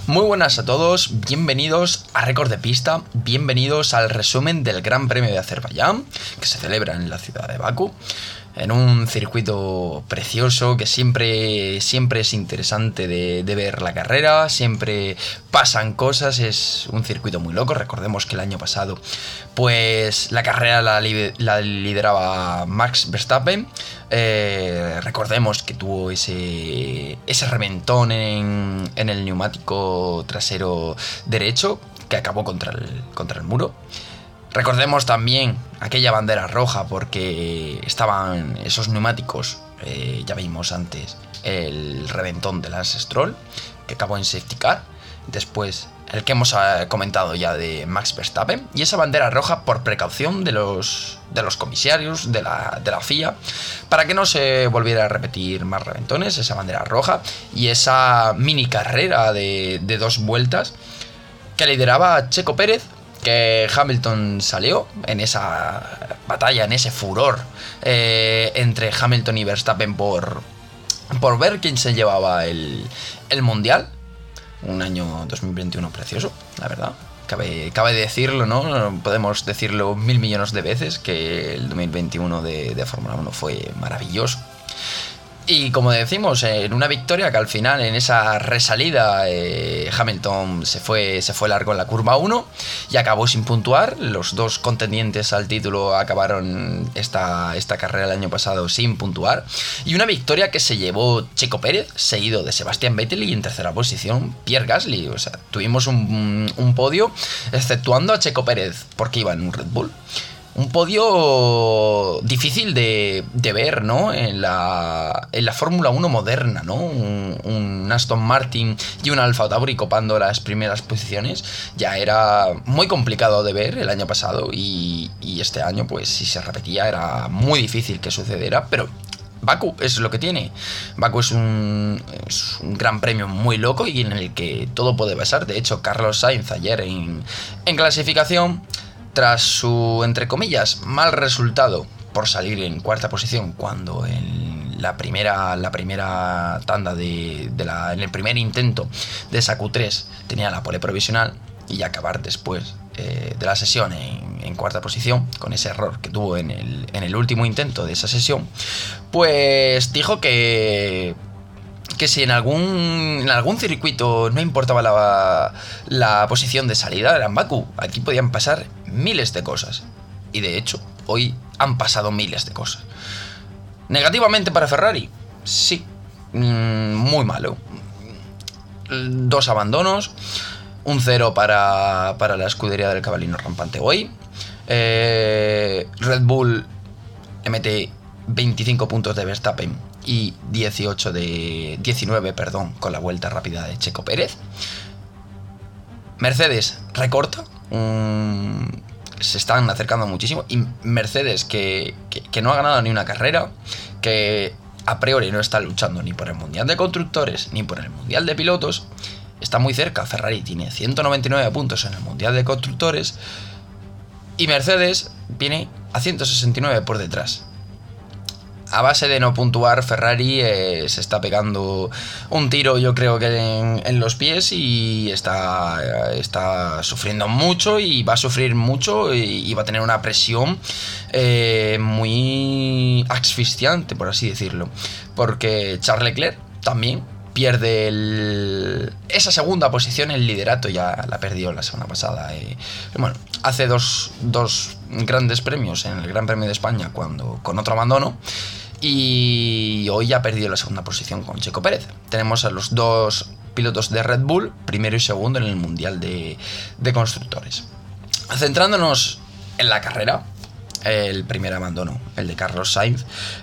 Muy buenas a todos, bienvenidos a Récord de Pista, bienvenidos al resumen del Gran Premio de Azerbaiyán, que se celebra en la ciudad de Bakú, en un circuito precioso que siempre es interesante de ver la carrera, siempre pasan cosas, es un circuito muy loco. Recordemos que el año pasado pues la carrera la lideraba Max Verstappen. Recordemos que tuvo ese reventón en el neumático trasero derecho que acabó contra el muro. Recordemos también aquella bandera roja porque estaban esos neumáticos, ya vimos antes el reventón de Lance Stroll que acabó en safety car. Después el que hemos comentado ya de Max Verstappen, y esa bandera roja por precaución de los comisarios de la FIA, para que no se volviera a repetir más reventones, esa bandera roja y esa mini carrera de 2 vueltas que lideraba Checo Pérez, que Hamilton salió en esa batalla, en ese furor entre Hamilton y Verstappen por ver quién se llevaba el mundial. Un año 2021 precioso, la verdad. Cabe decirlo, ¿no? Podemos decirlo 1000 millones de veces que el 2021 de Fórmula 1 fue maravilloso. Y como decimos, en una victoria que al final, en esa resalida, Hamilton se fue largo en la curva 1 y acabó sin puntuar. Los dos contendientes al título acabaron esta carrera el año pasado sin puntuar. Y una victoria que se llevó Checo Pérez, seguido de Sebastian Vettel, y en tercera posición Pierre Gasly. O sea, tuvimos un podio, exceptuando a Checo Pérez, porque iba en un Red Bull. Un podio difícil de ver, ¿no? En la Fórmula 1 moderna, ¿no? Un Aston Martin y un Alfa Tauri copando las primeras posiciones ya era muy complicado de ver el año pasado, y este año, pues si se repetía, era muy difícil que sucediera, pero Bakú es lo que tiene. Bakú es un gran premio muy loco y en el que todo puede pasar. De hecho, Carlos Sainz ayer en clasificación, tras su, entre comillas, mal resultado por salir en cuarta posición, cuando en la primera tanda en el primer intento de esa Q3 tenía la pole provisional, y acabar después de la sesión en cuarta posición, con ese error que tuvo en el último intento de esa sesión, pues dijo que si en algún circuito no importaba la posición de salida, era en Bakú. Aquí podían pasar miles de cosas. Y de hecho, hoy han pasado miles de cosas. Negativamente para Ferrari, sí, muy malo. 2 abandonos, un 0 para la escudería del Cavallino Rampante hoy. Red Bull le mete 25 puntos de Verstappen y 19 con la vuelta rápida de Checo Pérez. Mercedes recorta, se están acercando muchísimo, y Mercedes que no ha ganado ni una carrera, que a priori no está luchando ni por el Mundial de Constructores ni por el Mundial de Pilotos, está muy cerca. Ferrari tiene 199 puntos en el Mundial de Constructores y Mercedes viene a 169 por detrás. A base de no puntuar, Ferrari se está pegando un tiro, yo creo que en los pies, y está sufriendo mucho, y va a sufrir mucho, y va a tener una presión muy asfixiante, por así decirlo, porque Charles Leclerc también pierde esa segunda posición. El liderato ya la perdió la semana pasada. Bueno, hace dos grandes premios en el Gran Premio de España con otro abandono, y hoy ya ha perdido la segunda posición con Checo Pérez. Tenemos a los 2 pilotos de Red Bull, primero y segundo en el Mundial de Constructores. Centrándonos en la carrera, el primer abandono, el de Carlos Sainz,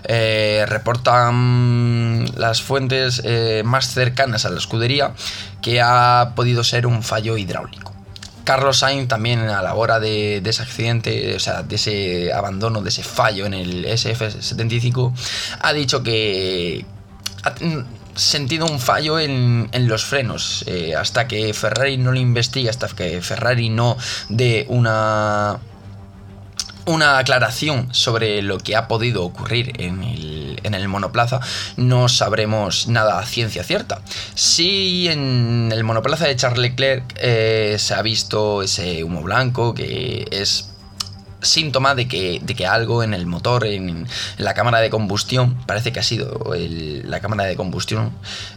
reportan las fuentes más cercanas a la escudería que ha podido ser un fallo hidráulico. Carlos Sainz también, a la hora de ese accidente, o sea, de ese abandono, de ese fallo en el SF75, ha dicho que ha sentido un fallo en los frenos. Hasta que Ferrari no lo investigue, hasta que Ferrari no dé una una aclaración sobre lo que ha podido ocurrir en el monoplaza, no sabremos nada a ciencia cierta. Sí, en el monoplaza de Charles Leclerc se ha visto ese humo blanco que es síntoma de que algo en el motor, en la cámara de combustión, parece que ha sido la cámara de combustión,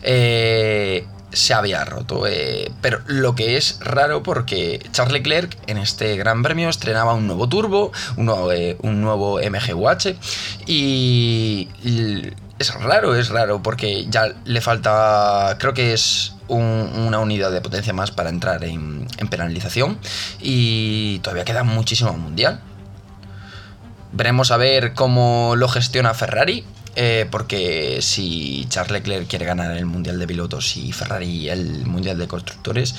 se había roto. Pero lo que es raro, porque Charles Leclerc en este Gran Premio estrenaba un nuevo turbo, un nuevo MGUH, y es raro porque ya le falta, creo que es una unidad de potencia más para entrar en penalización, y todavía queda muchísimo mundial. Veremos a ver cómo lo gestiona Ferrari, porque si Charles Leclerc quiere ganar el Mundial de Pilotos y Ferrari el Mundial de Constructores,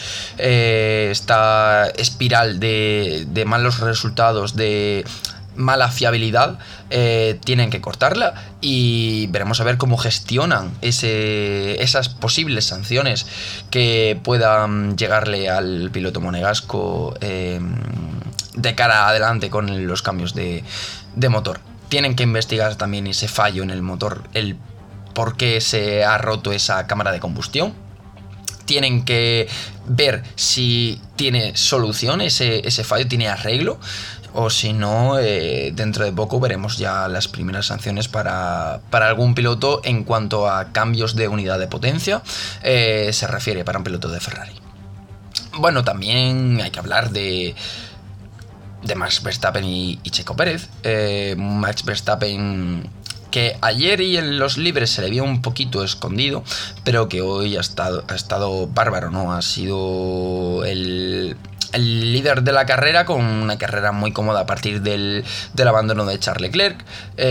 esta espiral de malos resultados, de mala fiabilidad, tienen que cortarla, y veremos a ver cómo gestionan esas posibles sanciones que puedan llegarle al piloto monegasco de cara adelante con los cambios de motor. Tienen que investigar también ese fallo en el motor, el por qué se ha roto esa cámara de combustión. Tienen que ver si tiene solución ese fallo, tiene arreglo, o si no, dentro de poco veremos ya las primeras sanciones para algún piloto en cuanto a cambios de unidad de potencia se refiere para un piloto de Ferrari. Bueno, también hay que hablar de Max Verstappen y Checo Pérez. Max Verstappen, que ayer y en los libres se le vio un poquito escondido, pero que hoy ha estado bárbaro, ¿no? Ha sido el líder de la carrera, con una carrera muy cómoda a partir del abandono de Charles Leclerc,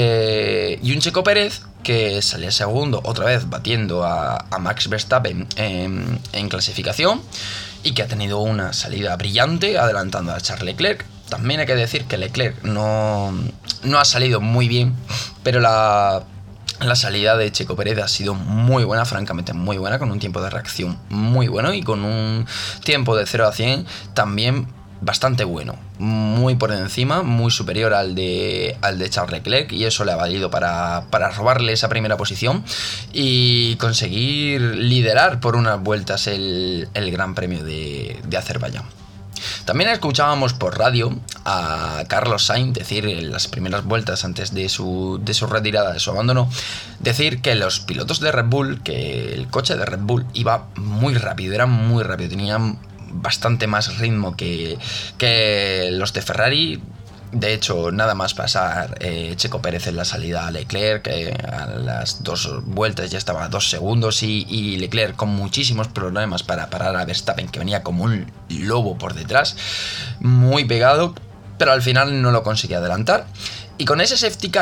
y un Checo Pérez que salía segundo, otra vez batiendo a Max Verstappen en clasificación, y que ha tenido una salida brillante adelantando a Charles Leclerc. También hay que decir que Leclerc no ha salido muy bien, pero la salida de Checo Pérez ha sido muy buena, francamente muy buena, con un tiempo de reacción muy bueno y con un tiempo de 0 a 100 también bastante bueno, muy por encima, muy superior al de Charles Leclerc, y eso le ha valido para robarle esa primera posición y conseguir liderar por unas vueltas el Gran Premio de Azerbaiyán. También escuchábamos por radio a Carlos Sainz decir en las primeras vueltas antes de su retirada, de su abandono, decir que los pilotos de Red Bull, que el coche de Red Bull iba muy rápido, era muy rápido, tenían bastante más ritmo que los de Ferrari. De hecho, nada más pasar Checo Pérez en la salida a Leclerc, a las 2 vueltas ya estaba a 2 segundos, y Leclerc con muchísimos problemas para parar a Verstappen, que venía como un lobo por detrás, muy pegado, pero al final no lo conseguía adelantar. Y con ese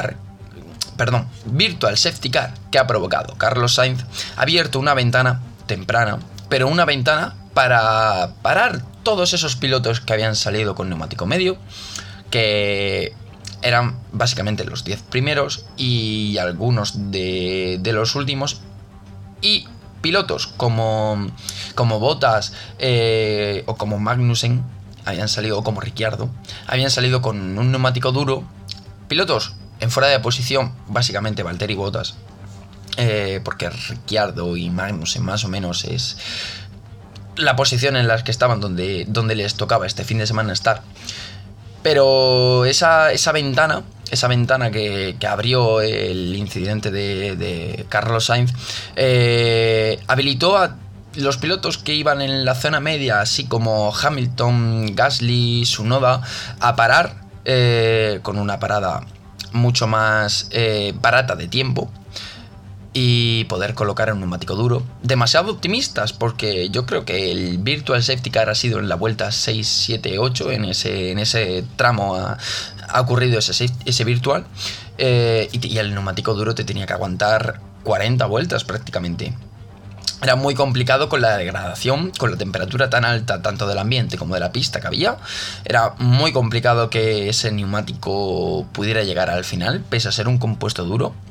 virtual safety car que ha provocado Carlos Sainz, ha abierto una ventana temprana, pero una ventana para parar todos esos pilotos que habían salido con neumático medio, que eran básicamente los 10 primeros y algunos de los últimos, y pilotos como Bottas o como Magnussen habían salido, o como Ricciardo, habían salido con un neumático duro. Pilotos en fuera de posición, básicamente Valtteri Bottas, porque Ricciardo y Magnussen más o menos es la posición en la que estaban donde les tocaba este fin de semana estar. Pero esa ventana que abrió el incidente de Carlos Sainz, habilitó a los pilotos que iban en la zona media, así como Hamilton, Gasly, Tsunoda, a parar con una parada mucho más barata de tiempo, y poder colocar un neumático duro. Demasiado optimistas, porque yo creo que el Virtual Safety Car ha sido en la vuelta 6, 7, 8, en ese tramo ha ocurrido ese virtual, y el neumático duro te tenía que aguantar 40 vueltas prácticamente. Era muy complicado con la degradación, con la temperatura tan alta, tanto del ambiente como de la pista que había. Era muy complicado que ese neumático pudiera llegar al final, pese a ser un compuesto duro.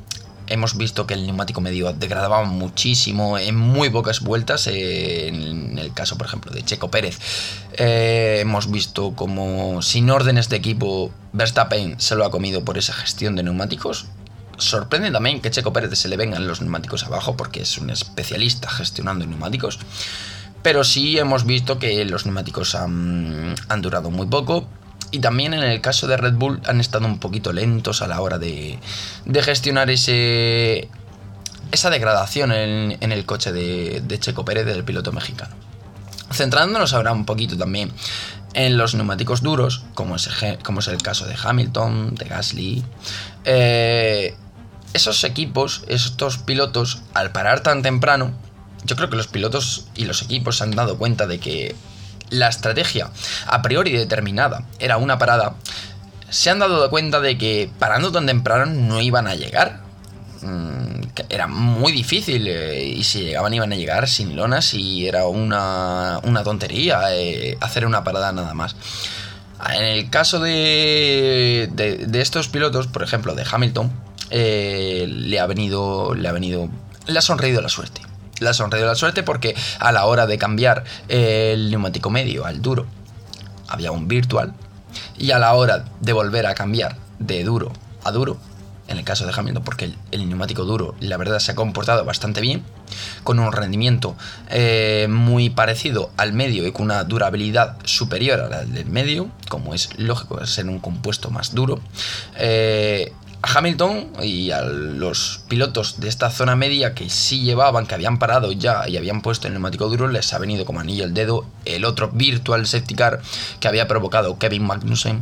hemos visto que el neumático medio degradaba muchísimo en muy pocas vueltas. En el caso, por ejemplo, de Checo Pérez, hemos visto como sin órdenes de equipo Verstappen se lo ha comido por esa gestión de neumáticos. Sorprende también que Checo Pérez se le vengan los neumáticos abajo, porque es un especialista gestionando neumáticos. Pero sí hemos visto que los neumáticos han durado muy poco. Y también en el caso de Red Bull han estado un poquito lentos a la hora de gestionar esa degradación en el coche de Checo Pérez, del piloto mexicano. Centrándonos ahora un poquito también en los neumáticos duros, como es el caso de Hamilton, de Gasly. Esos equipos, estos pilotos, al parar tan temprano, yo creo que los pilotos y los equipos se han dado cuenta de que la estrategia a priori determinada era una parada. Se han dado cuenta de que parando tan temprano no iban a llegar. Era muy difícil, y si llegaban iban a llegar sin lonas, y era una tontería hacer una parada nada más. En el caso de estos pilotos, por ejemplo de Hamilton, le ha sonreído la suerte. Le ha sonreído la suerte porque a la hora de cambiar el neumático medio al duro había un virtual, y a la hora de volver a cambiar de duro a duro, en el caso de Hamilton, porque el neumático duro la verdad se ha comportado bastante bien, con un rendimiento muy parecido al medio y con una durabilidad superior a la del medio, como es lógico, es ser un compuesto más duro. A Hamilton y a los pilotos de esta zona media que sí llevaban, que habían parado ya y habían puesto el neumático duro, les ha venido como anillo al dedo el otro virtual safety car que había provocado Kevin Magnussen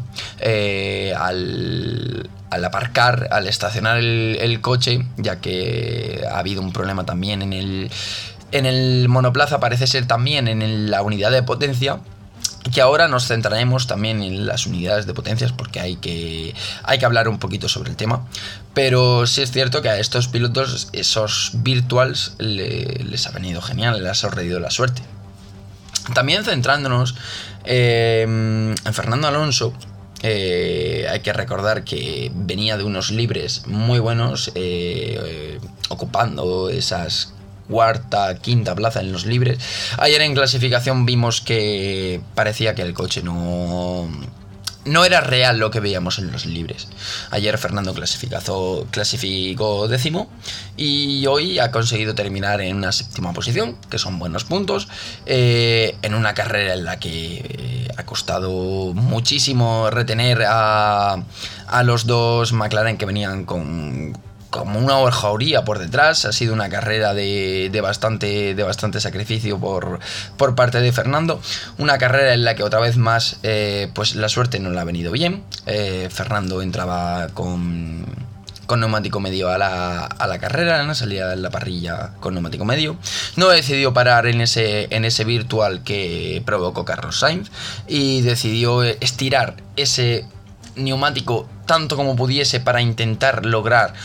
al aparcar, al estacionar el coche, ya que ha habido un problema también en el monoplaza, parece ser también en la unidad de potencia. Que ahora nos centraremos también en las unidades de potencias, porque hay que hablar un poquito sobre el tema. Pero sí es cierto que a estos pilotos esos virtuals les ha venido genial, les ha sonreído la suerte. También centrándonos en Fernando Alonso, hay que recordar que venía de unos libres muy buenos, ocupando esas cuarta, quinta plaza en los libres. Ayer en clasificación vimos que parecía que el coche no era real lo que veíamos en los libres. Ayer Fernando clasificó décimo, y hoy ha conseguido terminar en una séptima posición, que son buenos puntos, en una carrera en la que ha costado muchísimo retener a los dos McLaren que venían como una jauría por detrás. Ha sido una carrera de bastante sacrificio por parte de Fernando. Una carrera en la que otra vez más pues la suerte no le ha venido bien. Fernando entraba con neumático medio a la carrera, en la salida de la parrilla con neumático medio. No decidió parar en ese virtual que provocó Carlos Sainz, y decidió estirar ese neumático tanto como pudiese para intentar lograr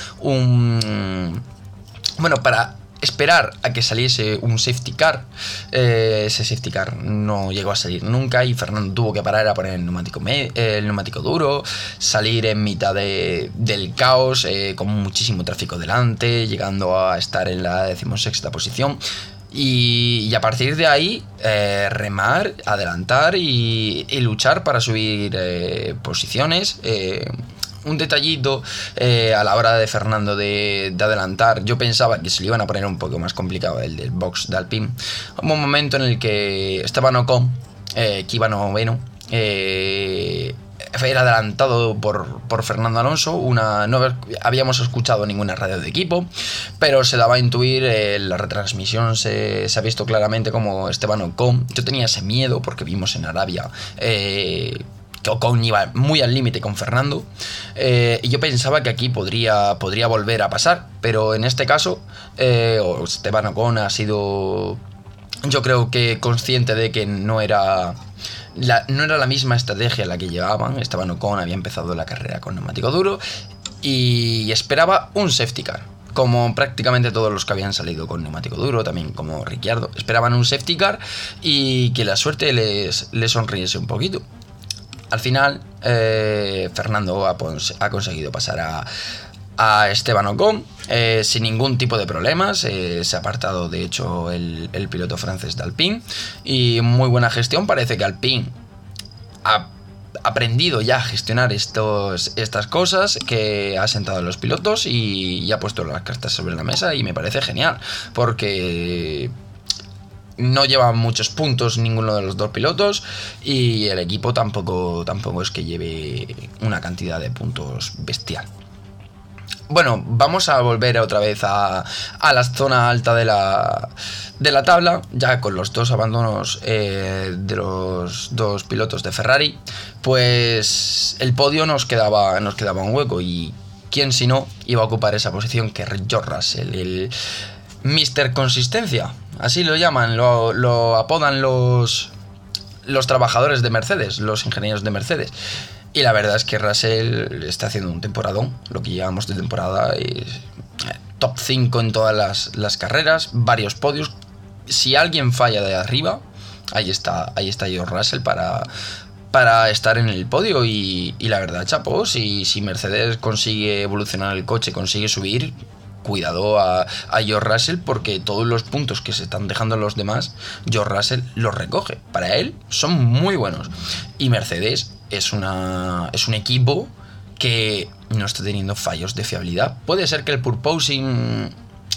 para esperar a que saliese un safety car. Ese safety car no llegó a salir nunca, y Fernando tuvo que parar a poner el neumático duro, salir en mitad del caos, con muchísimo tráfico delante, llegando a estar en la 16ª posición. Y a partir de ahí remar, adelantar y luchar para subir posiciones. Un detallito a la hora de Fernando de adelantar, yo pensaba que se le iban a poner un poco más complicado el del box de Alpine. Hubo un momento en el que Esteban Ocon, que iba noveno, era adelantado por Fernando Alonso. No habíamos escuchado ninguna radio de equipo, pero se daba a intuir, la retransmisión se ha visto claramente como Esteban Ocon. Yo tenía ese miedo porque vimos en Arabia que Ocon iba muy al límite con Fernando, y yo pensaba que aquí podría volver a pasar, pero en este caso Esteban Ocon ha sido, yo creo que consciente de que no era la misma estrategia la que llevaban. Esteban Ocon había empezado la carrera con neumático duro y esperaba un safety car, como prácticamente todos los que habían salido con neumático duro, también como Ricciardo, esperaban un safety car y que la suerte les sonriese un poquito. Al final Fernando ha conseguido pasar a Esteban Ocon sin ningún tipo de problemas. Se ha apartado de hecho el piloto francés de Alpine, y muy buena gestión. Parece que Alpine ha aprendido ya a gestionar estas cosas, que ha sentado a los pilotos y ha puesto las cartas sobre la mesa, y me parece genial porque no lleva muchos puntos ninguno de los dos pilotos, y el equipo tampoco es que lleve una cantidad de puntos bestial. Bueno, vamos a volver otra vez a la zona alta de la tabla, ya con los dos abandonos de los dos pilotos de Ferrari. Pues el podio nos quedaba un hueco, y quién si no iba a ocupar esa posición que George Russell, el Mr. Consistencia, así lo llaman, lo apodan los trabajadores de Mercedes, los ingenieros de Mercedes. Y la verdad es que Russell está haciendo un temporadón. Lo que llevamos de temporada es top 5 en todas las carreras, varios podios. Si alguien falla de arriba, ahí está George Russell para estar en el podio. Y la verdad, chapó, si Mercedes consigue evolucionar el coche, consigue subir, cuidado a George Russell, porque todos los puntos que se están dejando los demás, George Russell los recoge. Para él son muy buenos. Y Mercedes es un equipo que no está teniendo fallos de fiabilidad. Puede ser que el purposing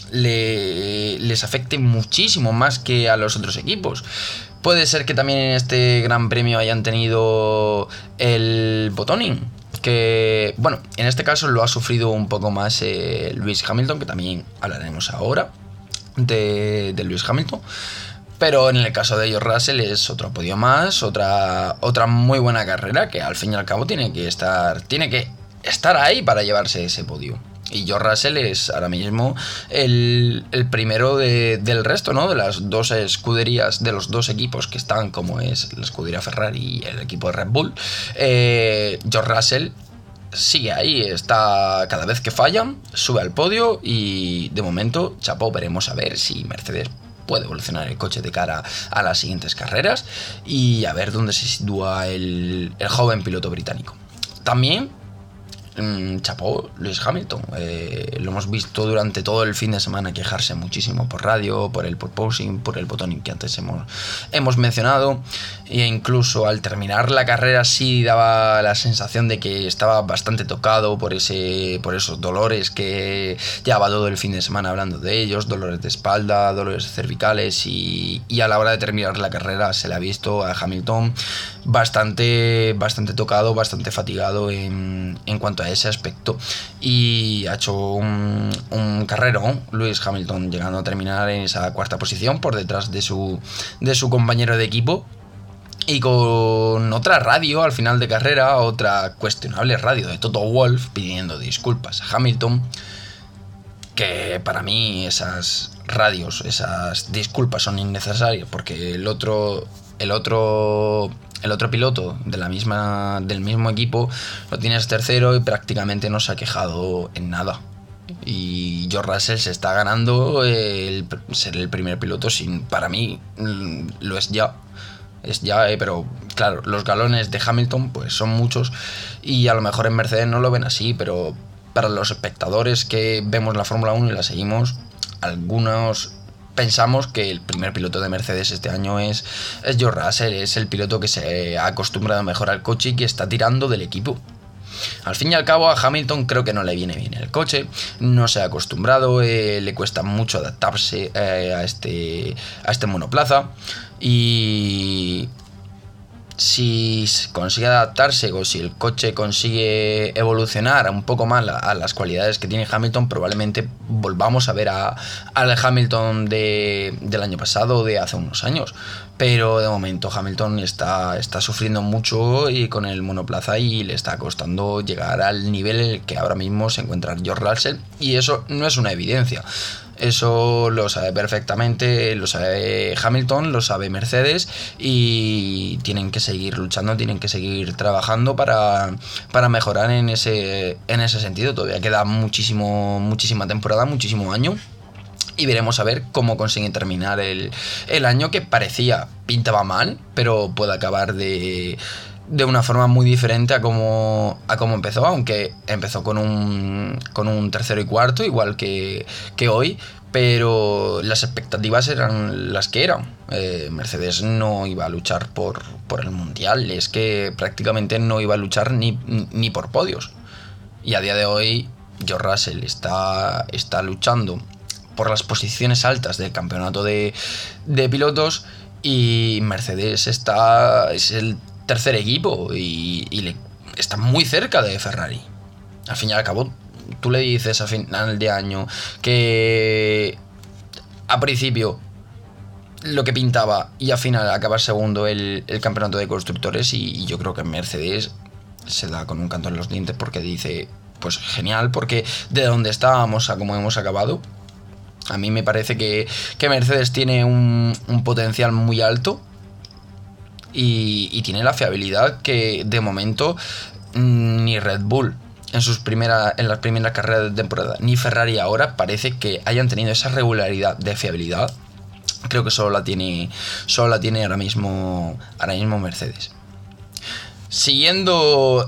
les afecte muchísimo más que a los otros equipos. Puede ser que también en este gran premio hayan tenido el botoning, que, bueno, en este caso lo ha sufrido un poco más Lewis Hamilton, que también hablaremos ahora de Lewis Hamilton. Pero en el caso de George Russell es otro podio más, otra muy buena carrera, que al fin y al cabo tiene que estar ahí para llevarse ese podio. Y George Russell es ahora mismo el primero del resto, ¿no? De las dos escuderías, de los dos equipos que están, como es la escudería Ferrari y el equipo de Red Bull. George Russell sigue ahí, está, cada vez que fallan, sube al podio, y de momento, chapó, veremos a ver si Mercedes puede evolucionar el coche de cara a las siguientes carreras, y a ver dónde se sitúa el joven piloto británico. También chapó Lewis Hamilton. Lo hemos visto durante todo el fin de semana quejarse muchísimo por radio, por el porpoising, por el botoning que antes hemos mencionado, e incluso al terminar la carrera sí daba la sensación de que estaba bastante tocado por esos dolores que llevaba todo el fin de semana hablando de ellos, dolores de espalda, dolores cervicales, y a la hora de terminar la carrera se le ha visto a Hamilton bastante tocado, bastante fatigado en cuanto a ese aspecto, y ha hecho un carrerón Lewis Hamilton, llegando a terminar en esa cuarta posición por detrás de su compañero de equipo, y con otra radio al final de carrera, otra cuestionable radio de Toto Wolff pidiendo disculpas a Hamilton, que para mí esas radios, esas disculpas son innecesarias, porque el otro piloto del mismo equipo lo tienes tercero y prácticamente no se ha quejado en nada. Y George Russell se está ganando ser el primer piloto, para mí lo es ya. Pero claro, los galones de Hamilton pues son muchos, y a lo mejor en Mercedes no lo ven así, pero para los espectadores que vemos la Fórmula 1 y la seguimos, algunos pensamos que el primer piloto de Mercedes este año es George Russell, es el piloto que se ha acostumbrado mejor al coche y que está tirando del equipo. Al fin y al cabo a Hamilton creo que no le viene bien el coche, no se ha acostumbrado, le cuesta mucho adaptarse a este monoplaza, y si consigue adaptarse, o si el coche consigue evolucionar un poco más a las cualidades que tiene Hamilton, probablemente volvamos a ver al Hamilton del año pasado, de hace unos años. Pero de momento Hamilton está sufriendo mucho y con el monoplaza, y le está costando llegar al nivel en el que ahora mismo se encuentra George Russell, y eso no es una evidencia. Eso lo sabe perfectamente, lo sabe Hamilton, lo sabe Mercedes, y tienen que seguir luchando, tienen que seguir trabajando para mejorar en ese sentido. Todavía queda muchísima temporada, muchísimo año, y veremos a ver cómo consiguen terminar el año, que pintaba mal, pero puede acabar de de una forma muy diferente a cómo empezó, aunque empezó con un tercero y cuarto, igual que hoy, pero las expectativas eran las que eran. Mercedes no iba a luchar por el Mundial, es que prácticamente no iba a luchar ni por podios. Y a día de hoy, George Russell está luchando por las posiciones altas del campeonato de pilotos, y Mercedes es el tercer equipo y está muy cerca de Ferrari. Al fin y al cabo, tú le dices a final de año que a principio lo que pintaba y al final acabar segundo el campeonato de constructores, y yo creo que Mercedes se da con un canto en los dientes, porque dice, pues genial, porque de donde estábamos a cómo hemos acabado, a mí me parece que Mercedes tiene un potencial muy alto y tiene la fiabilidad que de momento ni Red Bull en las primeras carreras de temporada ni Ferrari ahora parece que hayan tenido esa regularidad de fiabilidad. Creo que solo la tiene ahora mismo Mercedes. Siguiendo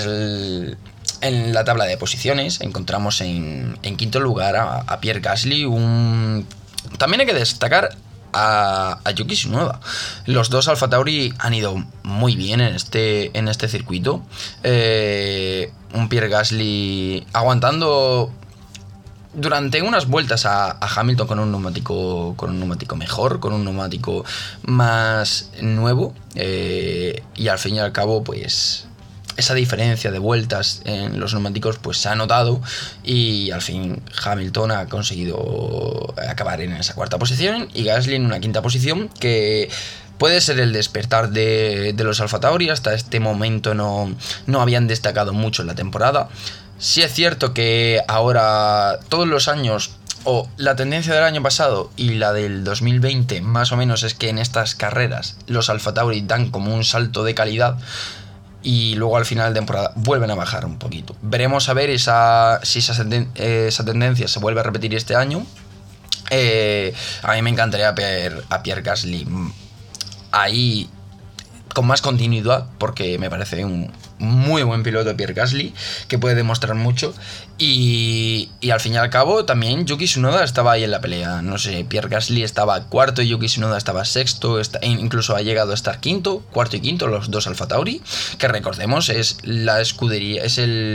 en la tabla de posiciones, encontramos en quinto lugar a Pierre Gasly. También hay que destacar a Yuki Tsunoda. Los dos Alpha Tauri han ido muy bien en este circuito. Un Pierre Gasly aguantando durante unas vueltas a Hamilton con un neumático mejor, con un neumático más nuevo, y al fin y al cabo, pues esa diferencia de vueltas en los neumáticos pues se ha notado, y al fin Hamilton ha conseguido acabar en esa cuarta posición y Gasly en una quinta posición, que puede ser el despertar de los Alpha Tauri. Hasta este momento no habían destacado mucho en la temporada. Sí es cierto que ahora todos los años, o la tendencia del año pasado y la del 2020 más o menos, es que en estas carreras los Alpha Tauri dan como un salto de calidad y luego al final de temporada vuelven a bajar un poquito. Veremos a ver si esa tendencia se vuelve a repetir este año. A mí me encantaría ver a Pierre Gasly ahí con más continuidad, porque me parece un muy buen piloto Pierre Gasly, que puede demostrar mucho, y al fin y al cabo también Yuki Tsunoda estaba ahí en la pelea. No sé, Pierre Gasly estaba cuarto y Yuki Tsunoda estaba sexto, incluso ha llegado a estar cuarto y quinto los dos Alpha Tauri, que recordemos es la escudería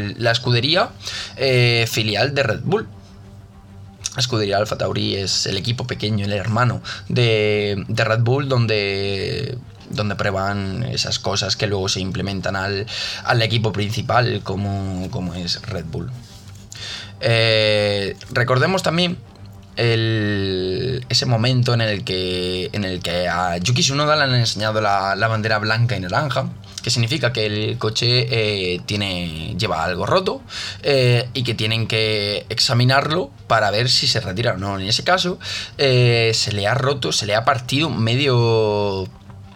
filial de Red Bull. La escudería Alpha Tauri es el equipo pequeño, el hermano de Red Bull, donde prueban esas cosas que luego se implementan al equipo principal, como es Red Bull. Recordemos también ese momento en el que a Yuki Tsunoda le han enseñado la bandera blanca y naranja, que significa que el coche lleva algo roto, y que tienen que examinarlo para ver si se retira o no. En ese caso se le ha roto, se le ha partido medio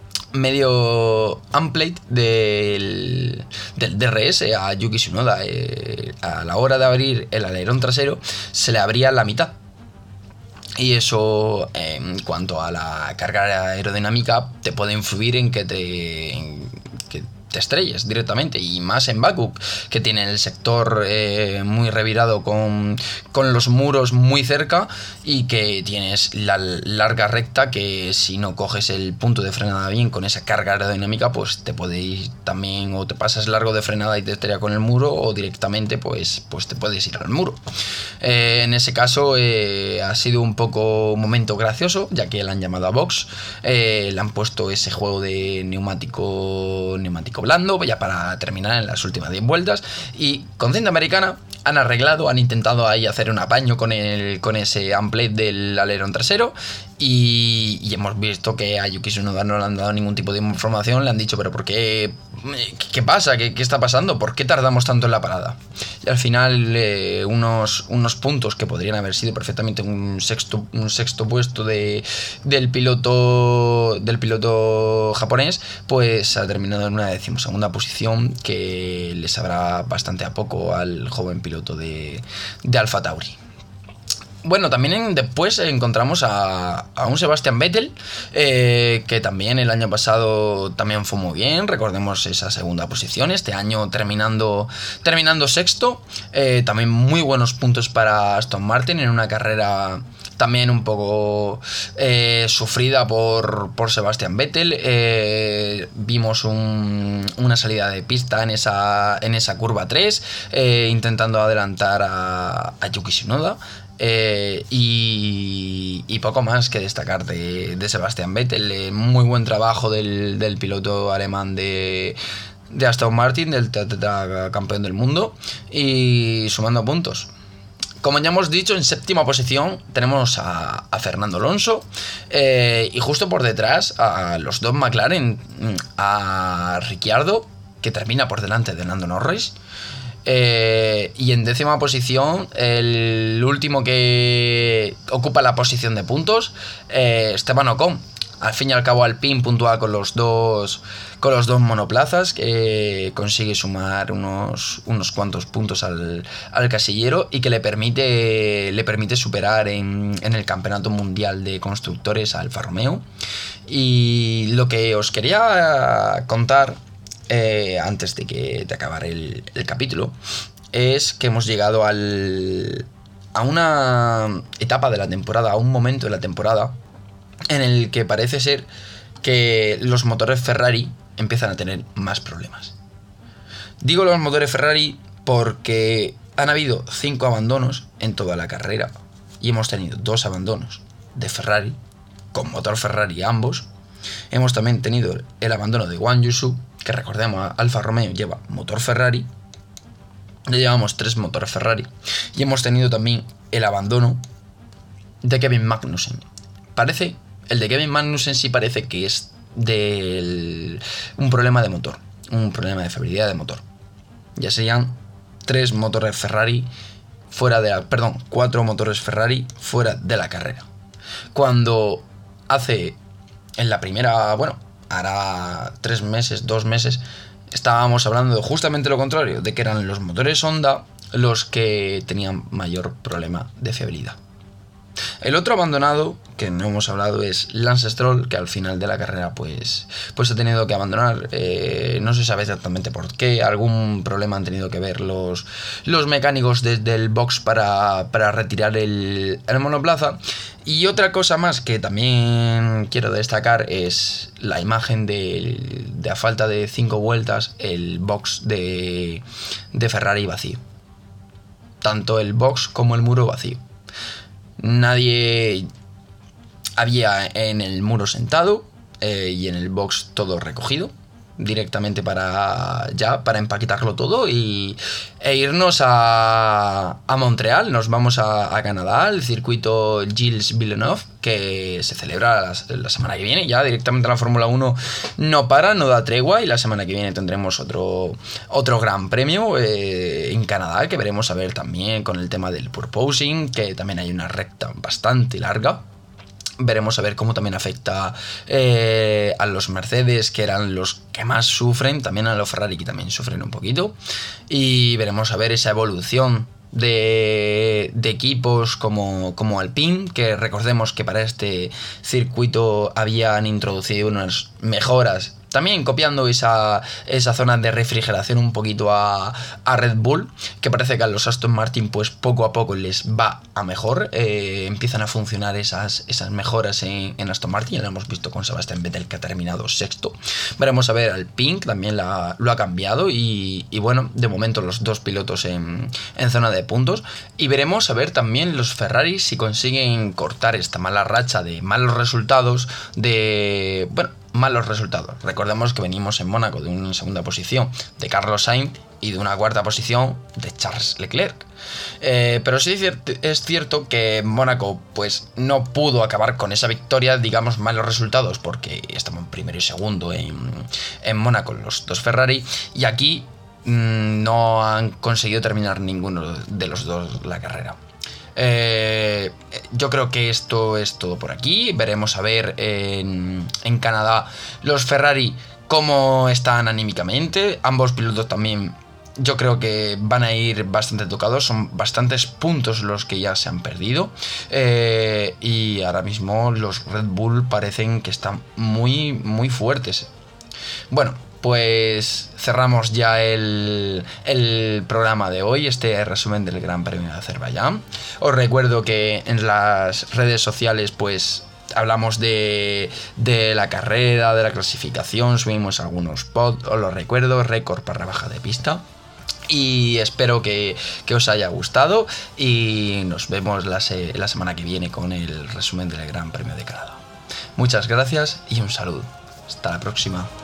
unplate del DRS a Yuki Tsunoda. A la hora de abrir el alerón trasero se le abría la mitad, y eso, en cuanto a la carga aerodinámica, te puede influir en que te estrelles directamente, y más en Bakú, que tiene el sector muy revirado con los muros muy cerca, y que tienes la larga recta que si no coges el punto de frenada bien con esa carga aerodinámica, pues te puede ir también, o te pasas largo de frenada y te estrella con el muro, o directamente pues te puedes ir al muro. En ese caso ha sido un momento gracioso, ya que le han llamado a box, le han puesto ese juego de neumático blando ya para terminar en las últimas 10 vueltas, y con cinta americana han intentado ahí hacer un apaño con ese unplate del alerón trasero, y hemos visto que a Yuki Tsunoda no le han dado ningún tipo de información. Le han dicho, pero ¿por qué? ¿Qué pasa? ¿Qué está pasando? ¿Por qué tardamos tanto en la parada? Y al final unos puntos que podrían haber sido perfectamente un sexto puesto del piloto japonés, pues ha terminado en una 12ª posición, que le sabrá bastante a poco al joven piloto de Alpha Tauri. Bueno, también después encontramos a un Sebastian Vettel, que también el año pasado también fue muy bien. Recordemos esa segunda posición, este año terminando sexto. También muy buenos puntos para Aston Martin en una carrera también un poco sufrida por Sebastian Vettel. Vimos una salida de pista en esa curva 3, intentando adelantar a Yuki Tsunoda. Y poco más que destacar de Sebastian Vettel. Muy buen trabajo del piloto alemán de Aston Martin, del campeón del mundo, y sumando puntos. Como ya hemos dicho, en séptima posición tenemos a Fernando Alonso, y justo por detrás a los dos McLaren, a Ricciardo, que termina por delante de Lando Norris. Y en décima posición, el último que ocupa la posición de puntos, Esteban Ocon. Al fin y al cabo, Alpine puntúa con los dos monoplazas, que consigue sumar unos cuantos puntos al casillero, y que le permite superar en el campeonato mundial de constructores a Alfa Romeo. Y lo que os quería contar, antes de acabar el capítulo, es que hemos llegado a una etapa de la temporada, a un momento de la temporada en el que parece ser que los motores Ferrari empiezan a tener más problemas. Digo los motores Ferrari porque han habido 5 abandonos en toda la carrera, y hemos tenido 2 abandonos de Ferrari, con motor Ferrari ambos. Hemos también tenido el abandono de Guan Yusu, que recordemos, Alfa Romeo lleva motor Ferrari. Ya llevamos 3 motores Ferrari. Y hemos tenido también el abandono de Kevin Magnussen. El de Kevin Magnussen sí parece que es un problema de motor, un problema de fiabilidad de motor. Ya serían 3 motores Ferrari perdón, 4 motores Ferrari fuera de la carrera. Cuando en la primera, hará 3 meses, 2 meses, estábamos hablando de justamente lo contrario, de que eran los motores Honda los que tenían mayor problema de fiabilidad. El otro abandonado que no hemos hablado es Lance Stroll, que al final de la carrera pues ha tenido que abandonar. No se sabe exactamente por qué. Algún problema han tenido que ver los mecánicos desde el box para retirar el monoplaza. Y otra cosa más que también quiero destacar es la imagen de a falta de 5 vueltas, el box de Ferrari vacío. Tanto el box como el muro vacío. Nadie había en el muro sentado, y en el box todo recogido directamente para empaquetarlo todo e irnos a Montreal. Nos vamos a Canadá, el circuito Gilles Villeneuve, que se celebra la semana que viene. Ya directamente la Fórmula 1 no da tregua, y la semana que viene tendremos otro gran premio en Canadá, que veremos a ver también con el tema del purposing, que también hay una recta bastante larga. Veremos a ver cómo también afecta a los Mercedes, que eran los que más sufren, también a los Ferrari, que también sufren un poquito. Y veremos a ver esa evolución de equipos como Alpine, que recordemos que para este circuito habían introducido unas mejoras, también copiando esa zona de refrigeración un poquito a Red Bull, que parece que a los Aston Martin pues poco a poco les va a mejor. Empiezan a funcionar esas mejoras en Aston Martin. Ya lo hemos visto con Sebastian Vettel, que ha terminado sexto. Veremos a ver al Pink, también lo ha cambiado, y bueno, de momento los 2 pilotos en zona de puntos. Y veremos a ver también los Ferrari si consiguen cortar esta mala racha de malos resultados, Recordemos que venimos en Mónaco de una segunda posición de Carlos Sainz y de una cuarta posición de Charles Leclerc. Pero sí es cierto que en Mónaco pues no pudo acabar con esa victoria, digamos malos resultados, porque estamos primero y segundo en Mónaco los 2 Ferrari, y aquí no han conseguido terminar ninguno de los 2 la carrera. Yo creo que esto es todo por aquí. Veremos a ver en Canadá los Ferrari cómo están anímicamente. Ambos pilotos también yo creo que van a ir bastante tocados, son bastantes puntos los que ya se han perdido, y ahora mismo los Red Bull parecen que están muy, muy fuertes. Bueno, pues cerramos ya el programa de hoy, este resumen del Gran Premio de Azerbaiyán. Os recuerdo que en las redes sociales pues hablamos de la carrera, de la clasificación, subimos algunos pods, os lo recuerdo, récord_de pista. Y espero que os haya gustado y nos vemos la semana que viene con el resumen del Gran Premio de Canadá. Muchas gracias y un saludo. Hasta la próxima.